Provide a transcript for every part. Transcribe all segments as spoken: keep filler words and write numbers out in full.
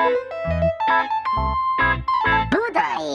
Budai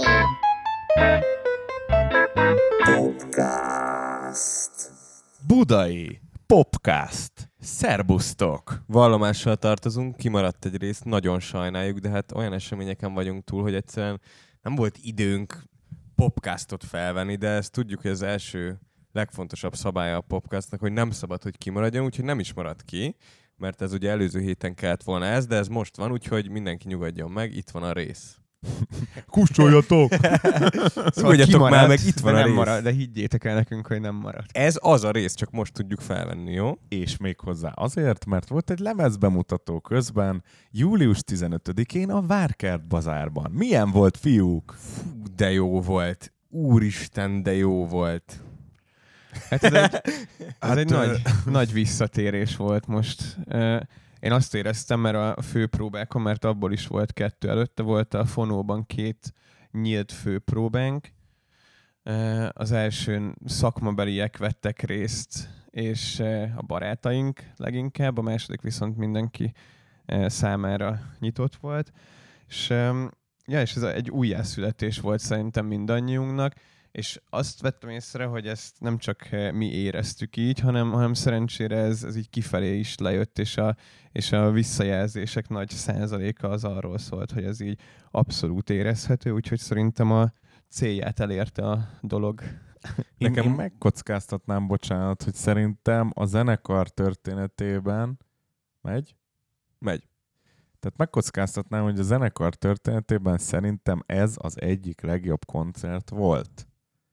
Popcast. Budai Popcast. Szerbusztok! Vallomással tartozunk, kimaradt egy rész, nagyon sajnáljuk, de hát olyan eseményeken vagyunk túl, hogy egyszerűen nem volt időnk popcastot felvenni, de ezt tudjuk, hogy az első legfontosabb szabálya a popcastnak, hogy nem szabad, hogy kimaradjon, úgyhogy nem is marad ki, mert ez ugye előző héten kellett volna ez, de ez most van, úgyhogy mindenki nyugodjon meg, itt van a rész. Kussoljatok! Nyugodjatok már meg, itt van a nem rész. Marad, de higgyétek el nekünk, hogy nem maradt. Ez az a rész, csak most tudjuk felvenni, jó? És még hozzá azért, mert volt egy lemezbemutató közben július tizenötödikén a Várkert bazárban. Milyen volt, fiúk? Fú, de jó volt. Úristen, de jó volt. Hát ez egy, ez Hát, egy ö... nagy, nagy visszatérés volt most. Én azt éreztem, mert a főpróbákon, mert abból is volt kettő előtte, volt a Fonóban két nyílt főpróbánk. Az első szakmabeliek vettek részt, és a barátaink leginkább, a második viszont mindenki számára nyitott volt. És, ja, és ez egy újjászületés volt szerintem mindannyiunknak, és azt vettem észre, hogy ezt nem csak mi éreztük így, hanem, hanem szerencsére ez, ez így kifelé is lejött, és a, és a visszajelzések nagy százaléka az arról szólt, hogy ez így abszolút érezhető, úgyhogy szerintem a célját elérte a dolog. Én, Nekem... én megkockáztatnám, bocsánat, hogy szerintem a zenekar történetében megy? Megy. Tehát megkockáztatnám, hogy a zenekar történetében szerintem ez az egyik legjobb koncert volt.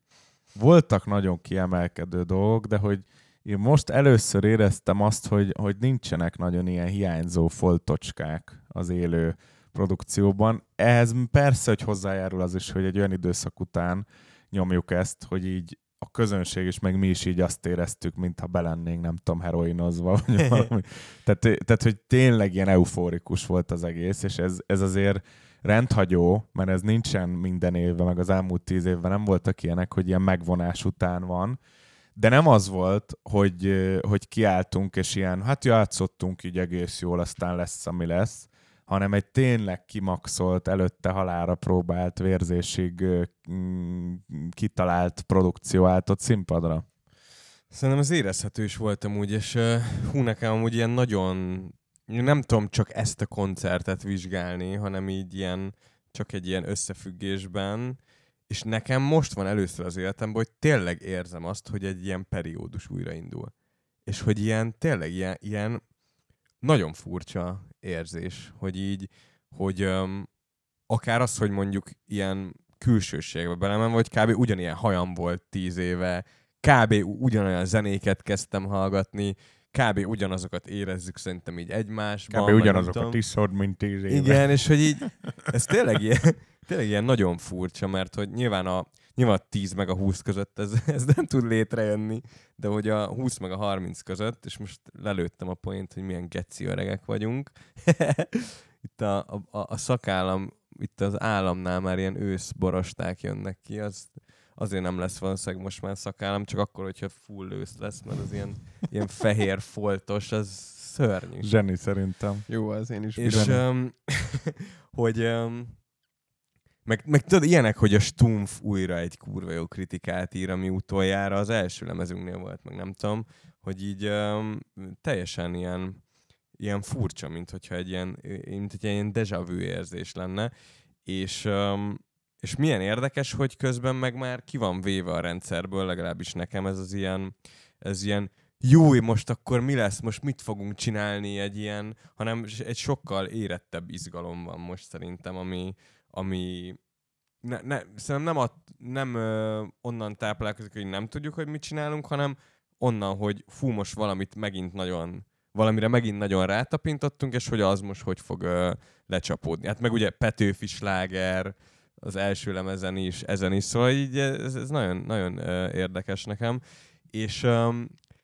Voltak nagyon kiemelkedő dolgok, de hogy én most először éreztem azt, hogy, hogy nincsenek nagyon ilyen hiányzó foltocskák az élő produkcióban. Ehhez persze, hogy hozzájárul az is, hogy egy olyan időszak után nyomjuk ezt, hogy így a közönség is, meg mi is így azt éreztük, mintha belennénk, nem tudom, heroinozva, vagy valami. Tehát, tehát, hogy tényleg ilyen eufórikus volt az egész, és ez, ez azért rendhagyó, mert ez nincsen minden évben, meg az elmúlt tíz évben nem voltak ilyenek, hogy ilyen megvonás után van, de nem az volt, hogy, hogy kiálltunk, és ilyen, hát játszottunk így egész jól, aztán lesz, ami lesz, hanem egy tényleg kimaxolt, előtte halálra próbált, vérzésig mm, kitalált produkció állt ott színpadra. Szerintem ez érezhető is volt amúgy, és uh, hú, nekem amúgy ilyen nagyon, nem tudom csak ezt a koncertet vizsgálni, hanem így ilyen, csak egy ilyen összefüggésben, és nekem most van először az életemben, hogy tényleg érzem azt, hogy egy ilyen periódus újraindul. És hogy ilyen, tényleg ilyen, ilyen nagyon furcsa érzés, hogy így, hogy um, akár az, hogy mondjuk ilyen külsőségbe belemen, vagy kb. Ugyanilyen hajam volt tíz éve, kb. Ugyanolyan zenéket kezdtem hallgatni, kb. Ugyanazokat érezzük szerintem így egymásban. Kb. Ugyanazokat iszod, mint tíz éve. Igen, és hogy így, ez tényleg ilyen, tényleg ilyen nagyon furcsa, mert hogy nyilván a, nyilván a tíz meg a húsz között ez, ez nem tud létrejönni, de hogy a húsz meg a harminc között, és most lelőttem a poént, hogy milyen geci öregek vagyunk. Itt a, a, a szakállam, itt az államnál már ilyen őszborosták jönnek ki, az azért nem lesz valószínűleg most már szakállam, csak akkor, hogyha full ősz lesz, mert az ilyen, ilyen fehér foltos, az szörnyű. Zseni szerintem. Jó, az én is. És um, hogy um, meg, meg tudod, ilyenek, hogy a Stumpf újra egy kurva jó kritikát ír, ami utoljára az első lemezünknél volt, meg nem tudom, hogy így um, teljesen ilyen, ilyen furcsa, mint hogyha egy ilyen, mint hogyha ilyen déjà vu érzés lenne, és, um, és milyen érdekes, hogy közben meg már ki van véve a rendszerből, legalábbis nekem ez az ilyen, ez ilyen jó, most akkor mi lesz, most mit fogunk csinálni egy ilyen, hanem egy sokkal érettebb izgalom van most szerintem, ami, ami ne, ne, szerintem nem, a, nem ö, onnan táplálkozik, hogy nem tudjuk, hogy mit csinálunk, hanem onnan, hogy fú, most valamit megint nagyon, valamire megint nagyon rátapintottunk, és hogy az most hogy fog ö, lecsapódni. Hát meg ugye Petőfi sláger, az első lemezen is, ezen is, szóval így ez, ez nagyon, nagyon ö, érdekes nekem. És ö,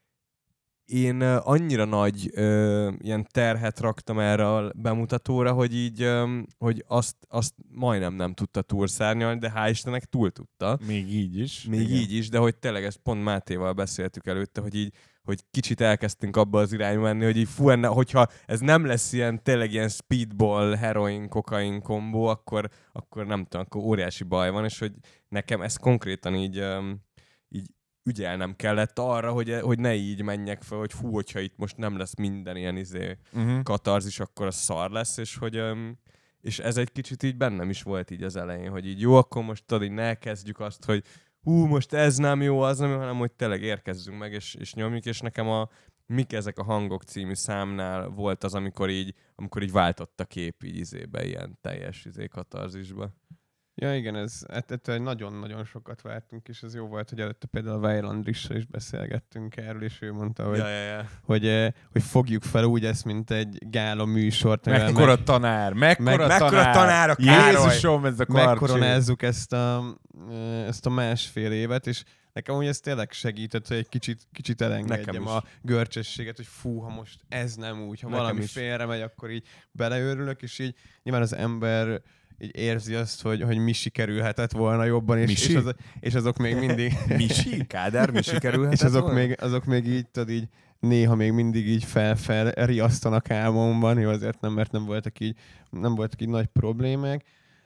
én annyira nagy ö, ilyen terhet raktam erre a bemutatóra, hogy így, ö, hogy azt, azt majdnem nem tudta túlszárnyalni, de hál' Istennek túl tudta. Még így is. Még igen. így is, de hogy tényleg ezt pont Mátéval beszéltük előtte, hogy így, hogy kicsit elkezdtünk abba az irányba menni, hogy így fú, enne, hogyha ez nem lesz ilyen tényleg ilyen speedball, heroin, kokain kombó, akkor, akkor nem tudom, akkor óriási baj van, és hogy nekem ez konkrétan így, um, így ügyelnem kellett arra, hogy, hogy ne így menjek fel, hogy fú, hogyha itt most nem lesz minden ilyen izé uh-huh. katarzis, akkor az szar lesz, és hogy um, és ez egy kicsit így bennem is volt így az elején, hogy így jó, akkor most tudod, így ne kezdjük azt, hogy hú, most ez nem jó, az nem jó, hanem hogy tényleg érkezzünk meg, és, és nyomjuk, és nekem a Mik ezek a hangok című számnál volt az, amikor így, amikor így váltott a kép így izébe, ilyen teljes izé katarzisba. Ja igen, ez, ettől nagyon-nagyon sokat vártunk, és ez jó volt, hogy előtte például a Weil Andrissal is beszélgettünk erről, és ő mondta, hogy, ja, ja, ja. hogy, hogy fogjuk fel úgy ezt, mint egy gála műsort. Mekkora meg, tanár, mekkora meg, tanár, mekkora tanár a Jézusom, ez a karcsi. Megkoronázzuk ezt a, ezt a másfél évet, és nekem úgy ez tényleg segített, hogy egy kicsit, kicsit elengedjem a görcsességet, hogy fú, ha most ez nem úgy, ha nekem valami is félre megy, akkor így beleőrülök, és így nyilván az ember így érzi azt, hogy, hogy mi sikerülhetett volna jobban, és, és, az, és azok még mindig... Misi? Kádár mi sikerülhetett És azok volna? még, azok még így, tudod, így néha még mindig így fel-fel riasztanak álmomban, jó, azért nem, mert nem voltak így, nem voltak így nagy problémák.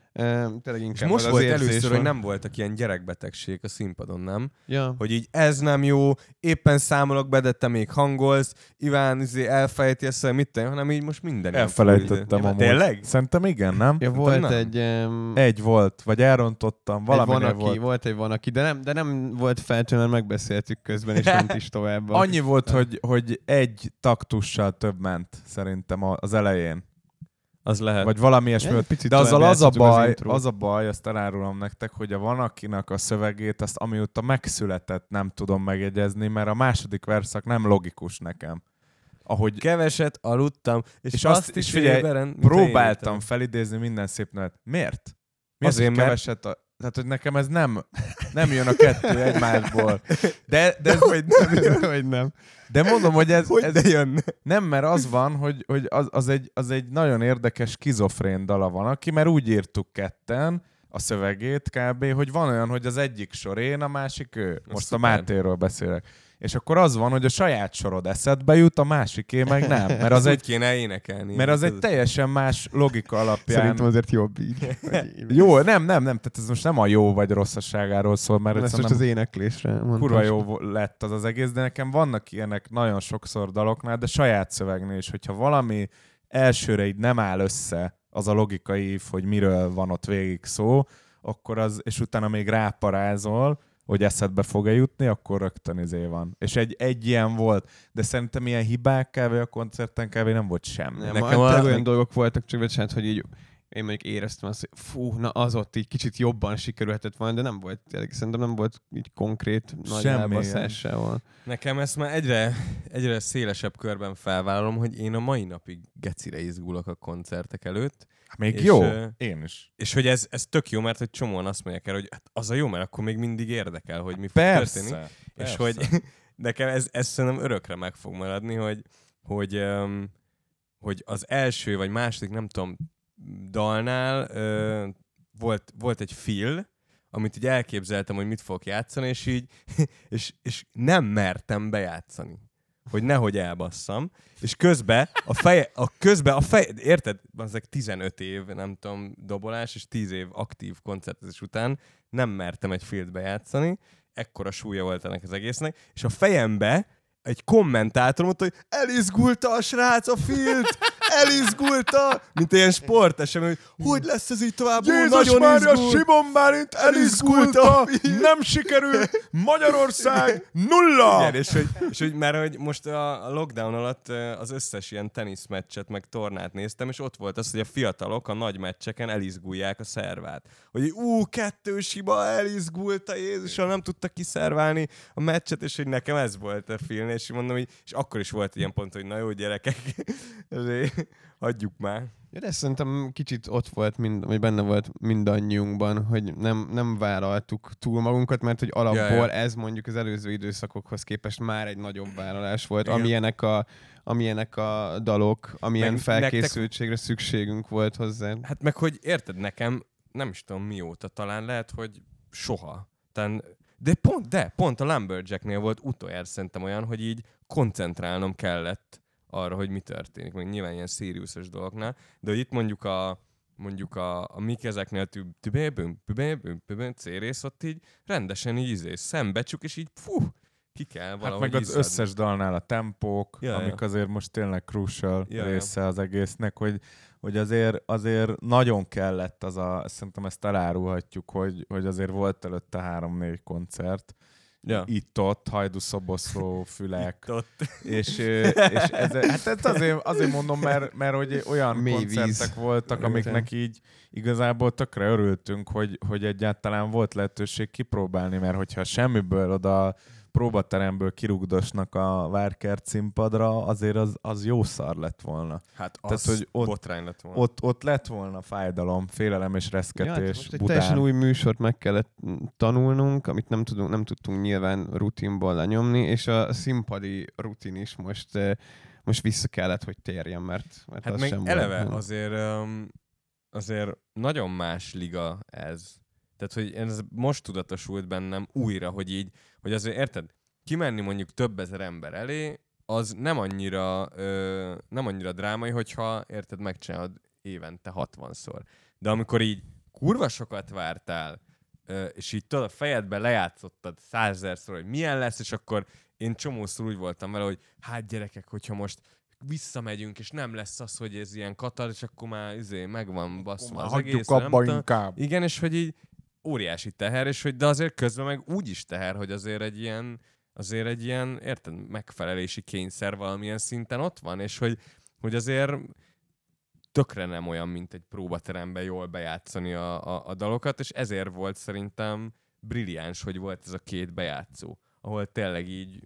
Uh, és most volt először, van. Hogy nem voltak ilyen gyerekbetegség a színpadon, nem? Ja. Hogy így ez nem jó, éppen számolok be, de te még hangolsz, Iván izé elfelejti ezt, mit tenni, hanem így most minden. Elfelejtettem amúgy. Tényleg? Szerintem igen, nem? Ja, volt nem. egy... Um... Egy volt, vagy elrontottam, valami van, volt. Volt egy van, aki, de nem, de nem volt feltűnően, megbeszéltük közben, és ment is tovább. Annyi volt, hogy, hogy egy taktussal több ment szerintem az elején. Az lehet. Vagy valami ilyesmi. De azzal az a baj, az, az a baj, azt elárulom nektek, hogy a Van Akinak a szövegét, azt amióta megszületett, nem tudom megjegyezni, mert a második verszak nem logikus nekem. Ahogy keveset aludtam, és, és azt, azt is figyelj, éveren, próbáltam felidézni minden szép nevet. Miért? Miért azért, keveset a... Tehát, hogy nekem ez nem, nem jön a kettő egymásból. De, de ez, hogy nem, hogy nem. De mondom, hogy ez, hogy ez jön. Nem, mert az van, hogy, hogy az, az, egy, az egy nagyon érdekes skizofrén dala van, aki, mert úgy írtuk ketten a szövegét kb., hogy van olyan, hogy az egyik sor én, a másik ő. Most a Mátéről beszélek. És akkor az van, hogy a saját sorod eszedbe jut, a másiké meg nem. Mert az egy, kéne énekelni. Mert az egy teljesen más logika alapján. Szerintem azért jobb így. Jó, nem, nem, nem. Tehát ez most nem a jó vagy rosszasságáról szól, mert ez most az éneklésre mondtam. Kurva jó lett az az egész, de nekem vannak ilyenek nagyon sokszor daloknál, de saját szövegnél is, hogyha valami elsőre így nem áll össze az a logikai ív, hogy miről van ott végig szó, akkor az, és utána még ráparázol, hogy eszedbe fog-e jutni, akkor rögtön izé van. És egy, egy ilyen volt, de szerintem ilyen hibák kávé a koncerten kávé nem volt semmi. Nem, nekem olyan meg... dolgok voltak, csak bocsánat, hogy így én mondjuk éreztem azt, hogy fú, na az ott így kicsit jobban sikerülhetett volna, de nem volt, tényleg, szerintem nem volt így konkrét nagy elbaszássával. Nekem ezt már egyre, egyre szélesebb körben felvállalom, hogy én a mai napig gecire izgulok a koncertek előtt. Még és, jó? Uh, én is. És hogy ez, ez tök jó, mert hogy csomóan azt mondják el, hogy hát az a jó, mert akkor még mindig érdekel, hogy mi fog persze, történni. Persze. És hogy nekem ez, ez szerintem örökre meg fog maradni, hogy, hogy, um, hogy az első vagy második, nem tudom, dalnál uh, volt, volt egy fill, amit így elképzeltem, hogy mit fogok játszani, és így és, és nem mertem bejátszani. Hogy nehogy elbasszam, és közben a feje, a közben a feje, érted? Ezek tizenöt év, nem tudom, dobolás, és tíz év aktív koncertezés után nem mertem egy filtbe játszani, ekkora súlya volt ennek az egésznek, és a fejembe egy kommentátor mondta, hogy elizgulta a srác a filt, elizgulta, mint ilyen sportesemény, hogy hogy lesz ez így tovább, Jézus nagyon Mária, izgult. Simon Bálint elizgulta, nem sikerül, Magyarország nulla! Igen, és hogy, és hogy mert hogy most a lockdown alatt az összes ilyen teniszmeccset meg tornát néztem, és ott volt az, hogy a fiatalok a nagy meccseken elizgulják a szervát. Hogy ú, kettős hiba, elizgulta, Jézusom, nem tudta kiszerválni a meccset, és hogy nekem ez volt a film, és mondom, hogy, és akkor is volt ilyen pont, hogy na jó, gyerekek, hagyjuk már. Ja, de szerintem kicsit ott volt, mind, vagy benne volt mindannyiunkban, hogy nem, nem vállaltuk túl magunkat, mert hogy alapból ja, ja. ez mondjuk az előző időszakokhoz képest már egy nagyobb vállalás volt, igen. amilyenek a, amilyenek a dalok, amilyen meg, felkészültségre nektek... szükségünk volt hozzá. Hát meg, hogy érted, nekem nem is tudom mióta, talán lehet, hogy soha. Tehát De pont, de pont a Lumberjacknél volt utoljára szerintem olyan, hogy így koncentrálnom kellett arra, hogy mi történik, meg nyilván ilyen Sirius-os dolgoknál, de hogy itt mondjuk a mondjuk a, a mik ezeknél tübébünk, tübébünk, tübébünk, C-rész ott így rendesen így izé, szembecsuk, és így fú, ki kell valahogy Hát meg az izzadni. összes dalnál a tempók, Ja, amik ja. azért most tényleg crucial Ja, része az egésznek, hogy, hogy azért, azért nagyon kellett az a, szerintem ezt elárulhatjuk, hogy, hogy azért volt előtte három-négy koncert, Ja. itt-ott, Hajdú-szoboszló, Fülek, Ott. és, és ez, hát ezt azért, azért mondom, mert, mert hogy olyan Mély koncertek víz. voltak, amiknek így igazából tökre örültünk, hogy, hogy egyáltalán volt lehetőség kipróbálni, mert hogyha semmiből oda próbateremből kirugdosnak a Várkert színpadra, azért az, az jó szar lett volna. Hát Tehát, az hogy ott- botrány lett volna. Ott, ott lett volna fájdalom, félelem és Ja, hát reszketés most egy Budán. teljesen új műsort meg kellett tanulnunk, amit nem, tudunk, nem tudtunk nyilván rutinból lenyomni, és a színpadi rutin is most, eh, most vissza kellett, hogy térjen, mert, mert Hát az meg sem eleve volt. azért, um, azért nagyon más liga ez. Tehát, hogy ez most tudatosult bennem újra, hogy így, hogy azért érted, kimenni mondjuk több ezer ember elé, az nem annyira, ö, nem annyira drámai, hogyha érted, megcsinálod évente hatvanszor. De amikor így kurva sokat vártál, ö, és így tudod, a fejedbe lejátszottad százezerszer, hogy milyen lesz, és akkor én csomószor úgy voltam vele, hogy hát gyerekek, hogyha most visszamegyünk, és nem lesz az, hogy ez ilyen katar, és akkor már izé, megvan baszva az Hagyjuk egész. nem abba tudom. inkább. Igen, és hogy így óriási teher, és hogy de azért közben meg úgy is teher, hogy azért egy ilyen, azért egy ilyen, érted, megfelelési kényszer valamilyen szinten ott van, és hogy, hogy azért tökre nem olyan, mint egy próbateremben jól bejátszani a, a, a dalokat, és ezért volt szerintem brilliáns, hogy volt ez a két bejátszó, ahol tényleg így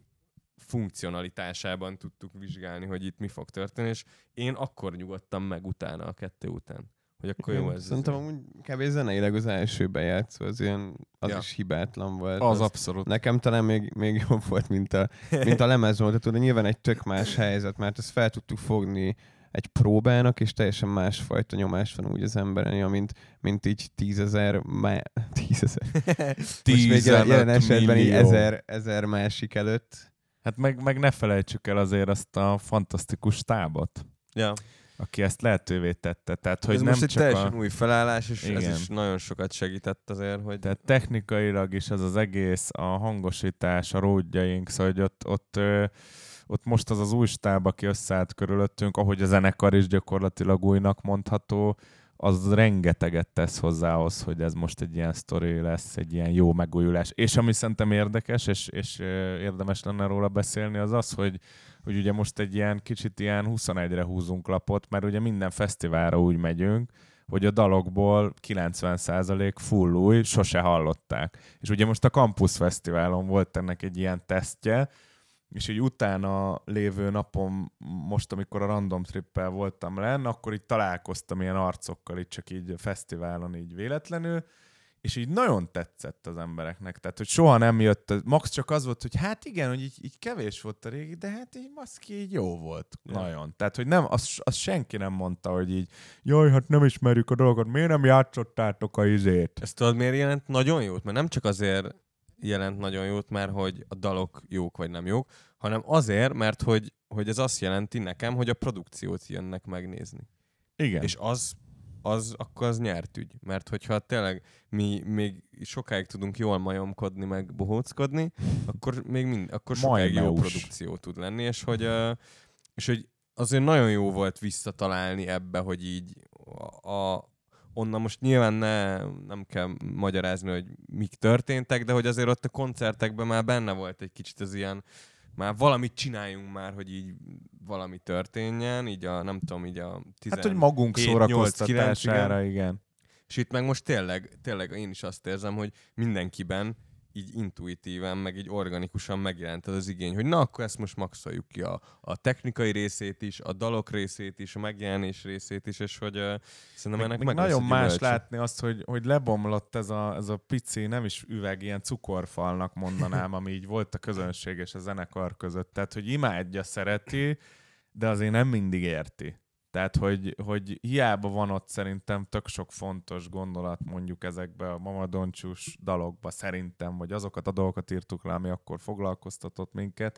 funkcionalitásában tudtuk vizsgálni, hogy itt mi fog történni, és én akkor nyugodtam meg utána, a kettő után. Hogy akkor jó ez. Szerintem ez- amúgy kevés zeneileg az első bejátszó, az ilyen, az Ja. is hibátlan volt. Az Az abszolút. Nekem talán még, még jobb volt, mint a, mint a lemezmoltató, de nyilván egy tök más helyzet, mert ezt fel tudtuk fogni egy próbának, és teljesen másfajta nyomás van úgy az emberen, mint, mint így tízezer, má... tízezer. Most még jelen, jelen esetben így ezer, ezer másik előtt. Hát meg, meg ne felejtsük el azért azt a fantasztikus stábot, Ja. aki ezt lehetővé tette. Tehát, hogy Ez nem most egy csak teljesen a... új felállás, és Igen. ez is nagyon sokat segített azért, hogy... Tehát technikailag is az az egész, a hangosítás, a ródjaink, szóval hogy ott, ott, ö, ott most az az új stáb, aki összeállt körülöttünk, ahogy a zenekar is gyakorlatilag újnak mondható, az rengeteget tesz hozzához, hogy ez most egy ilyen sztori lesz, egy ilyen jó megújulás. És ami szerintem érdekes, és, és ö, érdemes lenne róla beszélni, az az, hogy, hogy ugye most egy ilyen kicsit ilyen huszonegyre húzunk lapot, mert ugye minden fesztiválra úgy megyünk, hogy a dalokból kilencven százalék full új, sose hallották. És ugye most a Campus Fesztiválon volt ennek egy ilyen tesztje, és így utána lévő napon, most amikor a Random Trippel voltam lenn, akkor így találkoztam ilyen arcokkal, így csak így a fesztiválon így véletlenül, és így nagyon tetszett az embereknek. Tehát, hogy soha nem jött, max csak az volt, hogy hát igen, hogy így, így kevés volt a régi, de hát így maszki így jó volt. Ja. Nagyon. Tehát, hogy nem, az, az senki nem mondta, hogy így jaj, hát nem ismerjük a dolgot, miért nem játszottátok a izét? Ezt tudod, miért jelent nagyon jót? Mert nem csak azért jelent nagyon jót, mert hogy a dalok jók vagy nem jók, hanem azért, mert hogy, hogy ez azt jelenti nekem, hogy a produkciót jönnek megnézni. Igen. És az, az akkor az nyert ügy. Mert hogyha tényleg mi még sokáig tudunk jól majomkodni, meg bohóckodni, akkor még mind, akkor sokáig jó Majmeus. produkció tud lenni, és hogy, ö, és hogy azért nagyon jó volt visszatalálni ebbe, hogy így a, a onnan most nyilván ne, nem kell magyarázni, hogy mik történtek, de hogy azért ott a koncertekben már benne volt egy kicsit az ilyen, már valamit csináljunk már, hogy így valami történjen, így a, nem tudom, így a Hát, hogy magunk hét, nyolc, kilenc, szórakoztatására, igen. És itt meg most tényleg, tényleg én is azt érzem, hogy mindenkiben így intuitíven, meg így organikusan megjelent az az igény, hogy na, akkor ezt most maxoljuk ki a, a technikai részét is, a dalok részét is, a megjelenés részét is, és hogy uh, szerintem ennek Meg, meg meg nagyon lesz a más gyümölcse. látni azt, hogy, hogy lebomlott ez a, ez a pici, nem is üveg, ilyen cukorfalnak mondanám, ami így volt a közönség és a zenekar között. Tehát, hogy imádja, szereti, de azért nem mindig érti. Tehát, hogy, hogy hiába van ott szerintem tök sok fontos gondolat mondjuk ezekbe a Mamadoncsús dalokba szerintem, vagy azokat a dolgokat írtuk le, ami akkor foglalkoztatott minket,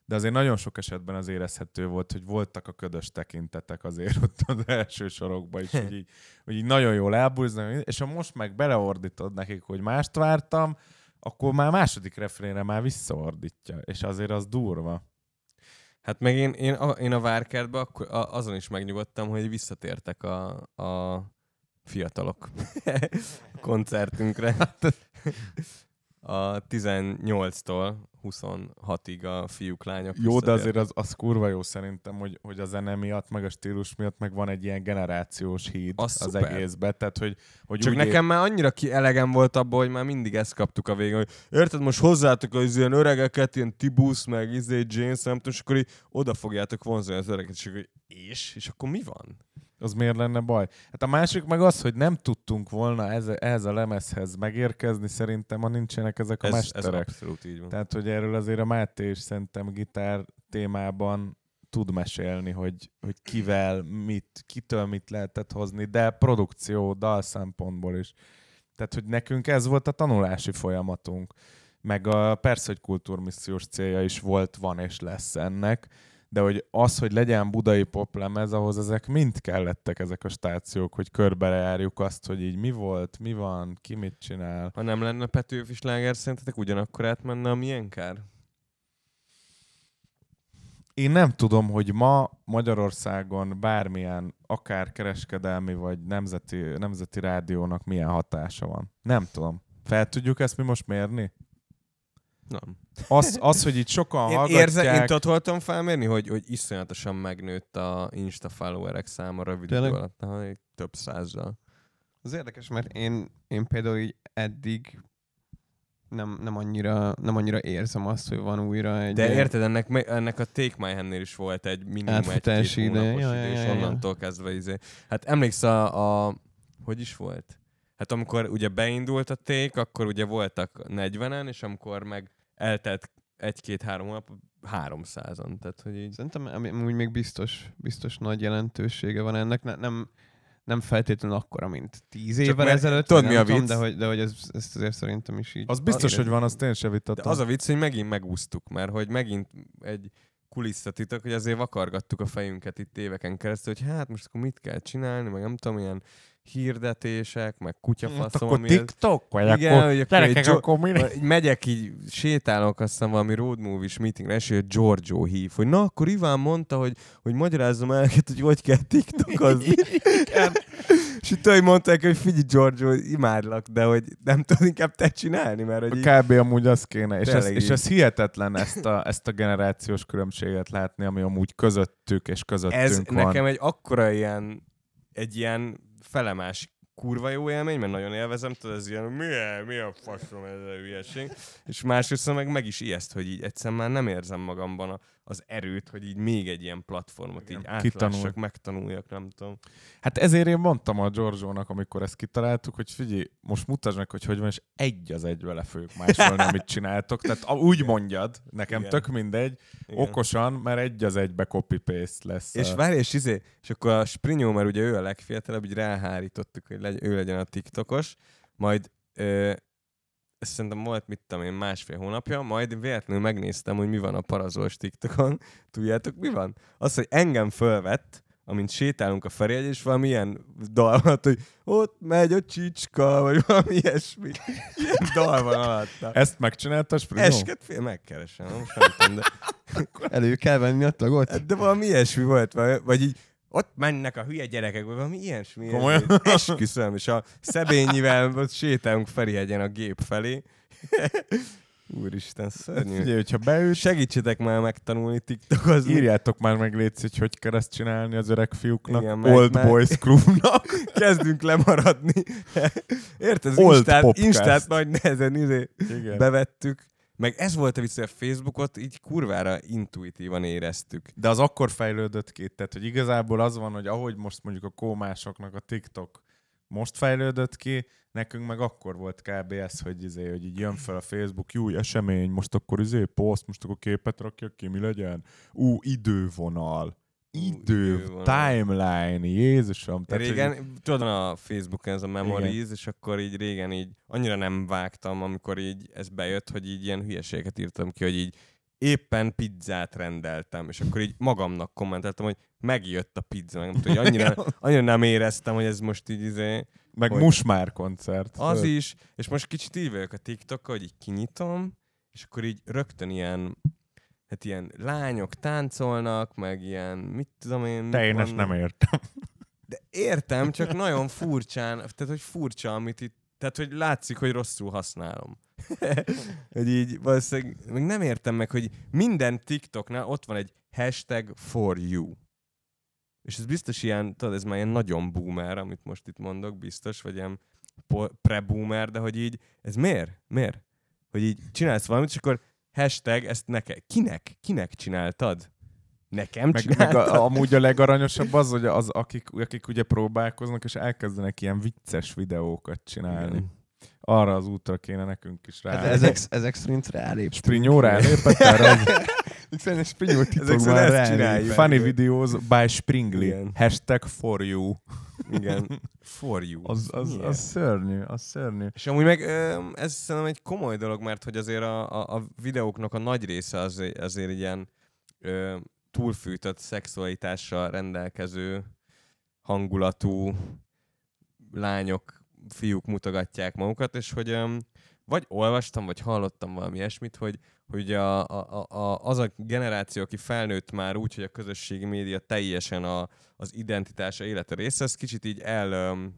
de azért nagyon sok esetben az érezhető volt, hogy voltak a ködös tekintetek azért ott az első sorokban is, hogy így, hogy így nagyon jól elbújznak, és ha most meg beleordítod nekik, hogy mást vártam, akkor már második refrénre már visszaordítja, és azért az durva. Hát meg én, én, a, én a Várkertbe akkor a, azon is megnyugodtam, hogy visszatértek a, a fiatalok koncertünkre. A tizennyolctól huszonhatig a fiúk, lányok. Jó, de azért az, az kurva jó szerintem, hogy, hogy a zene miatt, meg a stílus miatt meg van egy ilyen generációs híd az, az egészben. Tehát, hogy, hogy csak nekem é... már annyira ki elegem volt abból, hogy már mindig ezt kaptuk a végén, hogy érted, most hozzátok az ilyen öregeket, ilyen Tibusz, meg izé, James, nem tudom, és akkor így oda fogjátok vonzani az öreget, és akkor és? És akkor mi van? Az miért lenne baj? Hát a másik meg az, hogy nem tudtunk volna ez, ehhez a lemezhez megérkezni, szerintem, ha nincsenek ezek a ez, mesterek. Ez abszolút így van. Tehát, hogy erről azért a Máté is szerintem gitár témában tud mesélni, hogy, hogy kivel, mit, kitől mit lehetett hozni, de produkció, dal szempontból is. Tehát, hogy nekünk ez volt a tanulási folyamatunk. Meg a, persze, hogy kultúrmissziós célja is volt, van és lesz ennek, de hogy az, hogy legyen budai poplemez, ahhoz ezek mind kellettek, ezek a stációk, hogy körbejárjuk azt, hogy így mi volt, mi van, ki mit csinál. Ha nem lenne Petőfi sláger, szerintetek ugyanakkor átmenne a Milyen kár? Én nem tudom, hogy ma Magyarországon bármilyen, akár kereskedelmi vagy nemzeti, nemzeti rádiónak milyen hatása van. Nem tudom. Fel tudjuk ezt mi most mérni? Nem. Az, az, hogy itt sokan én hallgatják... Érze, én tudod, voltam felmérni, hogy, hogy iszonyatosan megnőtt a Insta followerek száma rövid idő alatt, több százzal. Az érdekes, mert én, én például így eddig nem, nem, annyira, nem annyira érzem azt, hogy van újra egy... De érted, ennek, ennek a Take My Hand-nél is volt egy minimum egy-két hónapos ja, idő, ja, és ja, onnantól ja. kezdve izé. Hát emléksz a, a... Hogy is volt? Hát amikor ugye beindult a Take, akkor ugye voltak negyvenen, és amikor meg eltelt egy-két-három hónap, háromszázan. Tehát, hogy így... Szerintem úgy még biztos, biztos nagy jelentősége van ennek. Ne, nem, nem feltétlenül akkora, mint tíz évvel ezelőtt. Tudod, mi a vicc? Tudom, de hogy, de hogy ez, ezt azért szerintem is így... Az biztos, hogy van, azt én sem vitatom. De az a vicc, hogy megint megúsztuk, mert hogy megint egy kulisszatitok, hogy azért vakargattuk a fejünket itt éveken keresztül, hogy hát most akkor mit kell csinálni, meg nem tudom, ilyen hirdetések, meg kutyafaszom. Hát akkor TikTok? Vagy igen, akkor, hogy gyerekek, akkor, akkor mi? így megyek, így sétálok, aztán valami road movie-s meetingre, és hogy Giorgio hív, hogy na, akkor Iván mondta, hogy, hogy magyarázzam el, hogy hogy kell TikTokozni. És itt hogy mondták, hogy figyelj Giorgio, imádlak, de hogy nem tudod inkább te csinálni, mert hogy így... Kb. Amúgy az kéne. És ez, és ez hihetetlen ezt a, ezt a generációs különbséget látni, ami amúgy közöttük és közöttünk ez van. Ez nekem egy akkora ilyen, egy ilyen felemás kurva jó élmény, mert nagyon élvezem, tudod, ez ilyen, milyen, mi a faszom ez a hülyeség. És másrészt meg meg is ijeszt, hogy így egyszerűen már nem érzem magamban a, az erőt, hogy így még egy ilyen platformot így átlássak, megtanuljak, nem tudom. Hát ezért én mondtam a Giorgio-nak, amikor ezt kitaláltuk, hogy figyelj, most mutasd meg, hogy hogy van, és egy az egybe le fogjuk másolni, amit csináltok. Tehát úgy mondjad, nekem igen. Tök mindegy, igen. Okosan, mert egy az egybe copy-paste lesz. És a... várj, és izé, és akkor a Sprinyó, mert ugye ő a legfiatalabb, így ráhárítottuk, hogy legy- ő legyen a TikTokos, majd ö, ezt szerintem volt, mit tudom én, másfél hónapja, majd véletlenül megnéztem, hogy mi van a Parazols TikTokon. Tudjátok, mi van? Az, hogy engem fölvett, amint sétálunk a Ferihegyen, és valami ilyen dal van, hogy ott megy a csicska, vagy valami ilyesmi. Ilyen dal van alatta. Ezt megcsinálta a Sprinyó? Esket fél, megkeresem, most nem tudom, de... Elő kell venni a tagot? De valami ilyesmi volt, vagy így ott mennek a hülye gyerekek, vagy valami ilyesmi. Komolyan? Esküszöm, és a Szebényivel ott sétálunk Ferihegyen a gép felé. Úristen, szörnyű. Figyelj, hogyha beüt... Segítsetek már megtanulni TikTokozni. Írjátok már meg, légy, hogy hogy kell ezt csinálni az öreg fiúknak. Igen, Old meg, Boys Clubnak. Kezdünk lemaradni. Érted? Az Old Instát, Instát nagy nehezen izé bevettük. Meg ez volt a vicc, hogy a Facebookot így kurvára intuitívan éreztük. De az akkor fejlődött ki, tehát hogy igazából az van, hogy ahogy most mondjuk a kómásoknak a TikTok most fejlődött ki, nekünk meg akkor volt kb. Ez, hogy, izé, hogy így jön fel a Facebook, jó esemény, most akkor izé, poszt, most akkor képet rakjak ki, mi legyen? Ú, idővonal. Idő, idővonal. Timeline, Jézusom. Tehát, régen, hogy... tudod, a Facebookon ez a Memories, igen. És akkor így régen így annyira nem vágtam, amikor így ez bejött, hogy így ilyen hülyeségeket írtam ki, hogy így éppen pizzát rendeltem, és akkor így magamnak kommenteltem, hogy megjött a pizza, meg hogy annyira, annyira nem éreztem, hogy ez most így izé... Meg hogy... Musmár koncert. Az föl. Is, és most kicsit így vagyok a TikTokkal, hogy így kinyitom, és akkor így rögtön ilyen, hát ilyen lányok táncolnak, meg ilyen, mit tudom én... Te én ezt nem értem. De értem, csak nagyon furcsán, tehát hogy furcsa, amit itt, tehát hogy látszik, hogy rosszul használom. Hogy így valószínűleg, meg nem értem meg, hogy minden TikToknál ott van egy hashtag for you. És ez biztos ilyen, tudod, ez már ilyen nagyon boomer, amit most itt mondok, biztos, vagy ilyen pre-boomer, de hogy így, ez miért? Miért? Hogy így csinálsz valamit, és akkor hashtag, ezt neked. Kinek? Kinek csináltad? Nekem meg, csináltad? meg a, amúgy a legaranyosabb az, hogy az, akik, akik ugye próbálkoznak, és elkezdenek ilyen vicces videókat csinálni. Igen. Arra az útra kéne nekünk is rá. Ezek, ezek szerint ráléptünk. Sprinyó rálépett erre? Szerintem Sprinyó titokban rálépett. Funny videos by Springly. Igen. Hashtag for you. Igen. For you. Az, az, az szörnyű, az szörnyű. És amúgy meg ez szerintem egy komoly dolog, mert hogy azért a, a, a videóknak a nagy része az, azért ilyen ö, túlfűtött szexualitással rendelkező hangulatú lányok, fiúk mutogatják magukat, és hogy um, vagy olvastam, vagy hallottam valami ilyesmit, hogy, hogy a, a, a, az a generáció, aki felnőtt már úgy, hogy a közösségi média teljesen a, az identitása, élete része, ez kicsit így el, um,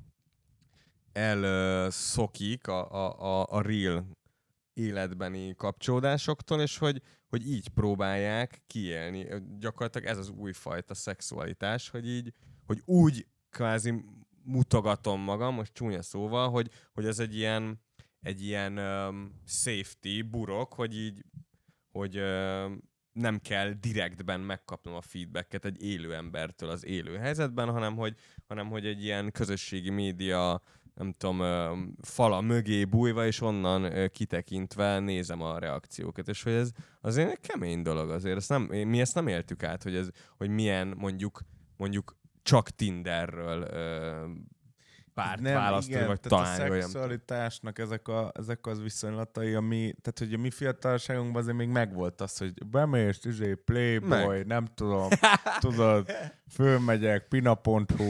el uh, szokik a, a, a, a real életbeni kapcsolódásoktól, és hogy, hogy így próbálják kiélni. Gyakorlatilag ez az újfajta szexualitás, hogy így, hogy úgy kvázi mutogatom magam, most csúnya szóval, hogy, hogy ez egy ilyen, egy ilyen um, safety burok, hogy így, hogy um, nem kell direktben megkapnom a feedbacket egy élő embertől az élő helyzetben, hanem hogy, hanem hogy egy ilyen közösségi média, nem tudom, um, fala mögé bújva, és onnan uh, kitekintve nézem a reakciókat. És hogy ez azért egy kemény dolog azért. Ezt nem, mi ezt nem éltük át, hogy, ez, hogy milyen mondjuk, mondjuk csak Tinderről uh, párt nem, választani, igen, vagy találni. A szexualitásnak ezek, a, ezek az viszonylatai, ami, tehát hogy a mi fiatalságunkban azért még megvolt az, hogy bemész, izé, Playboy, meg. Nem tudom, tudod, fölmegyek, pina pont hu.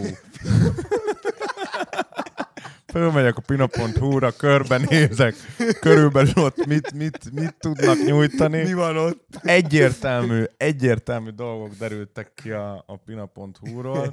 Fölmegyek a pina pont hu-ra, körbenézek, körülbelül ott mit, mit, mit tudnak nyújtani. Mi van ott? Egyértelmű, egyértelmű dolgok derültek ki a, a pina pont hu-ról.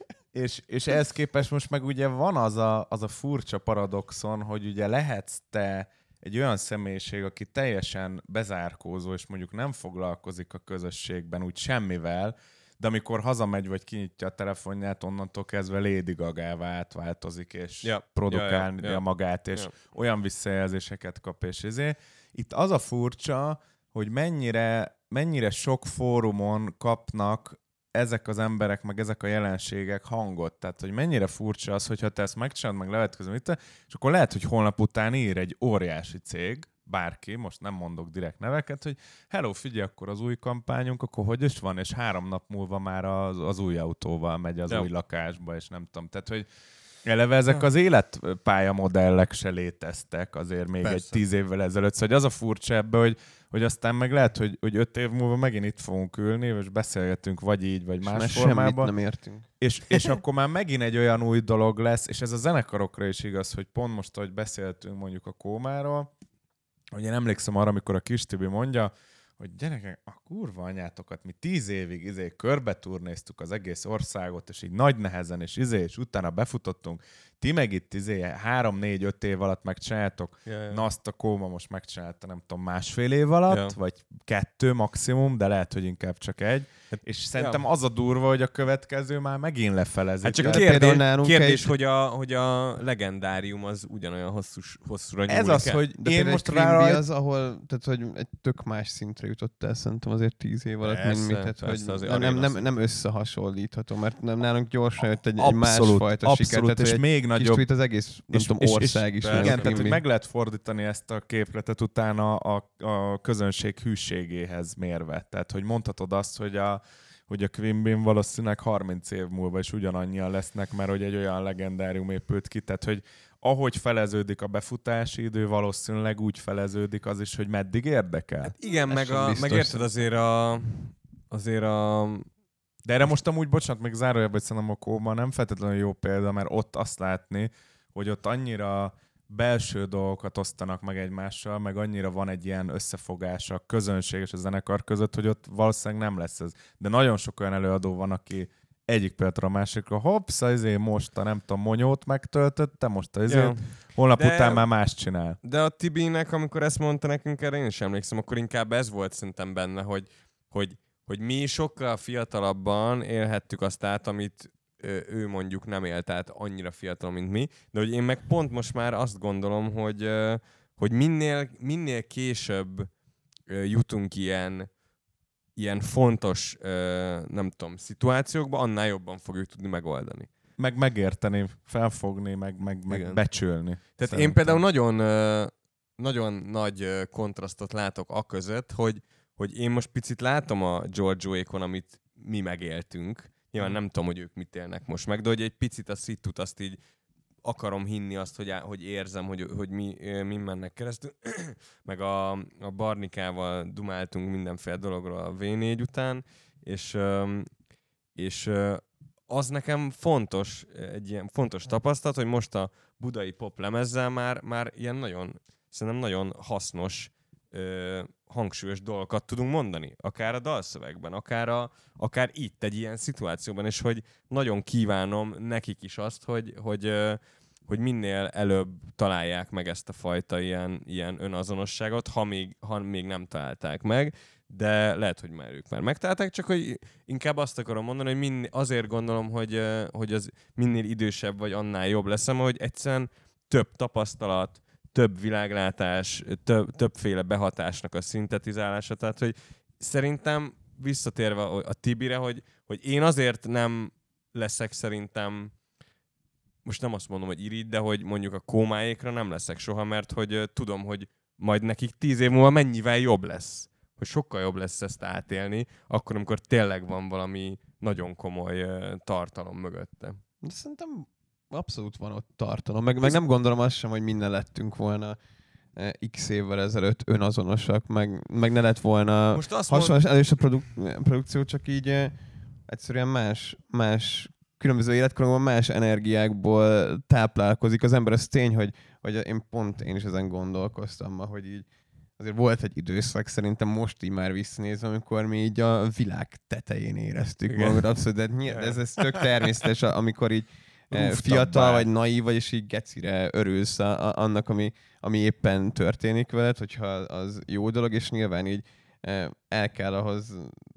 És, és ehhez képest most meg ugye van az a, az a furcsa paradoxon, hogy ugye lehetsz te egy olyan személyiség, aki teljesen bezárkózó, és mondjuk nem foglalkozik a közösségben úgy semmivel, de amikor hazamegy, vagy kinyitja a telefonját, onnantól kezdve Lady Gagává átváltozik, és ja, produkálni ja, ja, ja. magát, és ja. olyan visszajelzéseket kap, és ezért. Itt az a furcsa, hogy mennyire, mennyire sok fórumon kapnak ezek az emberek, meg ezek a jelenségek hangot. Tehát, hogy mennyire furcsa az, hogyha te ezt megcsinálod, meg levetközöm itt, és akkor lehet, hogy holnap után ír egy óriási cég, bárki, most nem mondok direkt neveket, hogy hello, figyelj, akkor az új kampányunk, akkor hogy is van, és három nap múlva már az, az új autóval megy az ja. új lakásba, és nem tudom. Tehát, hogy eleve ezek az életpályamodellek se léteztek azért még Persze. egy tíz évvel ezelőtt. Szóval az a furcsa ebbe, hogy, hogy aztán meg lehet, hogy, hogy öt év múlva megint itt fogunk ülni, és beszélgetünk vagy így, vagy más Mert formában. nem értünk. És, és akkor már megint egy olyan új dolog lesz, és ez a zenekarokra is igaz, hogy pont most, ahogy beszéltünk mondjuk a Kómáról, hogy én emlékszem arra, amikor a Kis Tibi mondja, hogy gyerekek, a kurva anyátokat, mi tíz évig izé körbeturnéztuk az egész országot, és így nagy nehezen, és izé, és utána befutottunk. Ti meg itt izé három, négy, öt év alatt megcsináltok. Ja, ja. Na azt a Kóma most megcsinálta, nem tudom, másfél év alatt, ja. vagy kettő maximum, de lehet, hogy inkább csak egy. Hát, és szerintem ja. az a durva, hogy a következő már megint lefelezik. Hát csak a kérdés, kérdés egy... hogy, a, hogy a legendárium az ugyanolyan hosszú, hosszúra nyúlik. Ez az, el. hogy de én most rá rajt... az, ahol, tehát, hogy egy tök más szintre jutott el szerintem azért tíz év alatt, persze, mint mi. Tehát, persze, hogy nem, nem, nem összehasonlítható, mert nem, nálunk gyorsan jött egy, abszolút, egy másfajta siker. Tehát, és még nagyobb. Kis az egész, nem és, tudom, és, ország és, is. Igen, tehát hogy meg lehet fordítani ezt a képletet utána a, a közönség hűségéhez mérve. Tehát, hogy mondhatod azt, hogy a hogy a Queen Bean valószínűleg harminc év múlva is ugyanannyian lesznek, mert hogy egy olyan legendárium épült ki, tehát hogy ahogy feleződik a befutási idő, valószínűleg úgy feleződik az is, hogy meddig érdekel. Hát igen, Ez meg, sem a, biztos. meg érted azért a... Azért a... De erre most amúgy, bocsánat, még zárójelben, hogy szerintem a Kóma nem feltétlenül jó példa, mert ott azt látni, hogy ott annyira belső dolgokat osztanak meg egymással, meg annyira van egy ilyen összefogás a közönség és a zenekar között, hogy ott valószínűleg nem lesz ez. De nagyon sok olyan előadó van, aki egyik pillanatra a másikra, hopsz, izé most a nem tudom, Monyót megtöltötte, most a izé, Ja. holnap De- után már más csinál. De a Tibinek, amikor ezt mondta nekünk, erre én is emlékszem, akkor inkább ez volt szerintem benne, hogy, hogy, hogy mi sokkal fiatalabban élhettük azt át, amit ö, ő mondjuk nem élt át annyira fiatal, mint mi, de hogy én meg pont most már azt gondolom, hogy, ö, hogy minél, minél később ö, jutunk ilyen, ilyen fontos, ö, nem tudom, szituációkba, annál jobban fogjuk tudni megoldani. Meg megérteni, felfogni, meg, meg, meg Igen. becsülni. Tehát Szerintem. én például nagyon, ö, nagyon nagy ö, kontrasztot látok a között, hogy, hogy én most picit látom a Giorgioékon, amit mi megéltünk. Nyilván nem tudom, hogy ők mit élnek most meg, de hogy egy picit a szitut azt így akarom hinni azt, hogy, á- hogy érzem, hogy, hogy mi, ö, mi mennek keresztül. Meg a, a Barnikával dumáltunk mindenféle dologról a vé négy után, és, ö, és ö, az nekem fontos, egy ilyen fontos tapasztalat, hogy most a budai pop lemezzel már, már ilyen nagyon, szerintem nagyon hasznos, ö, hangsúlyos dolgokat tudunk mondani. Akár a dalszövegben, akár, a, akár itt egy ilyen szituációban, és hogy nagyon kívánom nekik is azt, hogy, hogy, ö, hogy minél előbb találják meg ezt a fajta ilyen, ilyen önazonosságot, ha még, ha még nem találták meg, de lehet, hogy már ők már megtalálták, csak hogy inkább azt akarom mondani, hogy minél, azért gondolom, hogy, ö, hogy az minél idősebb vagy, annál jobb leszem, hogy egyszerűen több tapasztalat, több világlátás, több, többféle behatásnak a szintetizálása. Tehát, hogy szerintem visszatérve a Tibire, hogy, hogy én azért nem leszek szerintem, most nem azt mondom, hogy irigy, de hogy mondjuk a Kómáékra nem leszek soha, mert hogy ö, tudom, hogy majd nekik tíz év múlva mennyivel jobb lesz. Hogy sokkal jobb lesz ezt átélni, akkor, amikor tényleg van valami nagyon komoly ö, tartalom mögötte. De szerintem abszolút van ott tartalom. Meg, meg nem gondolom azt sem, hogy minden lettünk volna eh, x évvel ezelőtt önazonosak, meg, meg ne lett volna Most azt hasonlós elős a produk- produkció, csak így eh, egyszerűen más, más különböző életkorokban más energiákból táplálkozik az ember. Ez tény, hogy, hogy én pont én is ezen gondolkoztam ma, hogy így azért volt egy időszak, szerintem most így már visszanézve, amikor mi így a világ tetején éreztük Igen. magunkat. Abszolút, de nyilván ez, ez tök természetes, amikor így eh, Rooftop fiatal bar. vagy naív vagy, és így gecire örülsz a, a, annak, ami, ami éppen történik veled, hogyha az jó dolog, és nyilván így eh, el kell ahhoz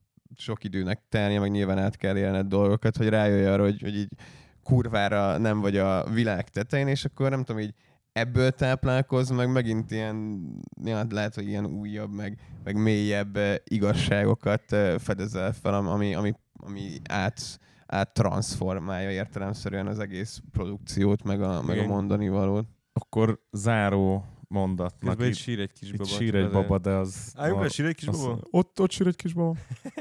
sok időnek telnie, meg nyilván át kell élned dolgokat, hogy rájöjj arra, hogy, hogy így kurvára nem vagy a világ tetején, és akkor nem tudom, így ebből táplálkozz, meg megint ilyen, ja, lehet, hogy ilyen újabb, meg, meg mélyebb eh, igazságokat eh, fedezel fel, ami, ami, ami át, áttranszformálja értelemszerűen az egész produkciót, meg a, meg a Igen. mondani valót. Akkor záró mondatnak. Közben egy Itt, sír egy kis itt baba. sír egy baba, de az... Álljunk le, az- sír egy kis az- baba. Ott, ott sír egy kis baba.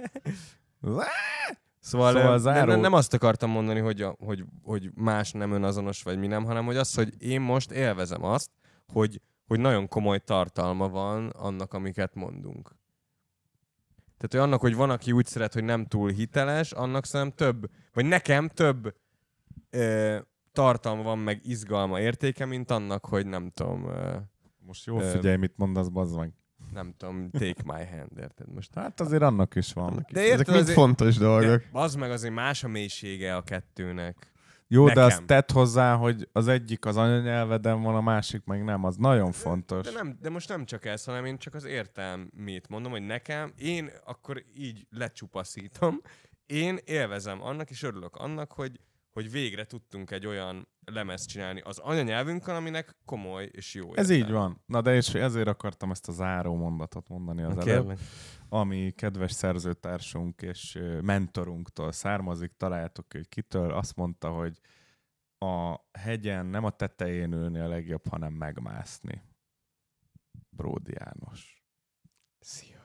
Szóval, Szóval szóval záró- nem, nem azt akartam mondani, hogy, a, hogy, hogy más nem önazonos, vagy mi nem, hanem hogy az, hogy én most élvezem azt, hogy, hogy nagyon komoly tartalma van annak, amiket mondunk. Tehát, hogy annak, hogy van, aki úgy szeret, hogy nem túl hiteles, annak szerintem több, vagy nekem több ö, tartalma van, meg izgalma, értéke, mint annak, hogy nem tudom, ö, Most jól Ö, figyelj, mit mondasz, bazd meg. nem tudom, take my hand, érted most? Hát azért annak is van. Annak De is. érted, Ezek mind azért- fontos dolgok. De az meg azért más a mélysége a kettőnek. Jó, nekem. de azt tedd hozzá, hogy az egyik az anyanyelveden van, a másik meg nem. Az nagyon fontos. De, nem, de most nem csak ez, hanem én csak az értelmét mondom, hogy nekem, én akkor így lecsupaszítom, én élvezem annak, és örülök annak, hogy, hogy végre tudtunk egy olyan lemezt csinálni az anyanyelvünkön, aminek komoly és jó Ez értelme. így van. Na de és ezért akartam ezt a záró mondatot mondani az Na, előbb, kérlek. ami kedves szerzőtársunk és ö, mentorunktól származik. Találjátok, hogy kitől. Azt mondta, hogy a hegyen nem a tetején ülni a legjobb, hanem megmászni. Bródi János. Szia.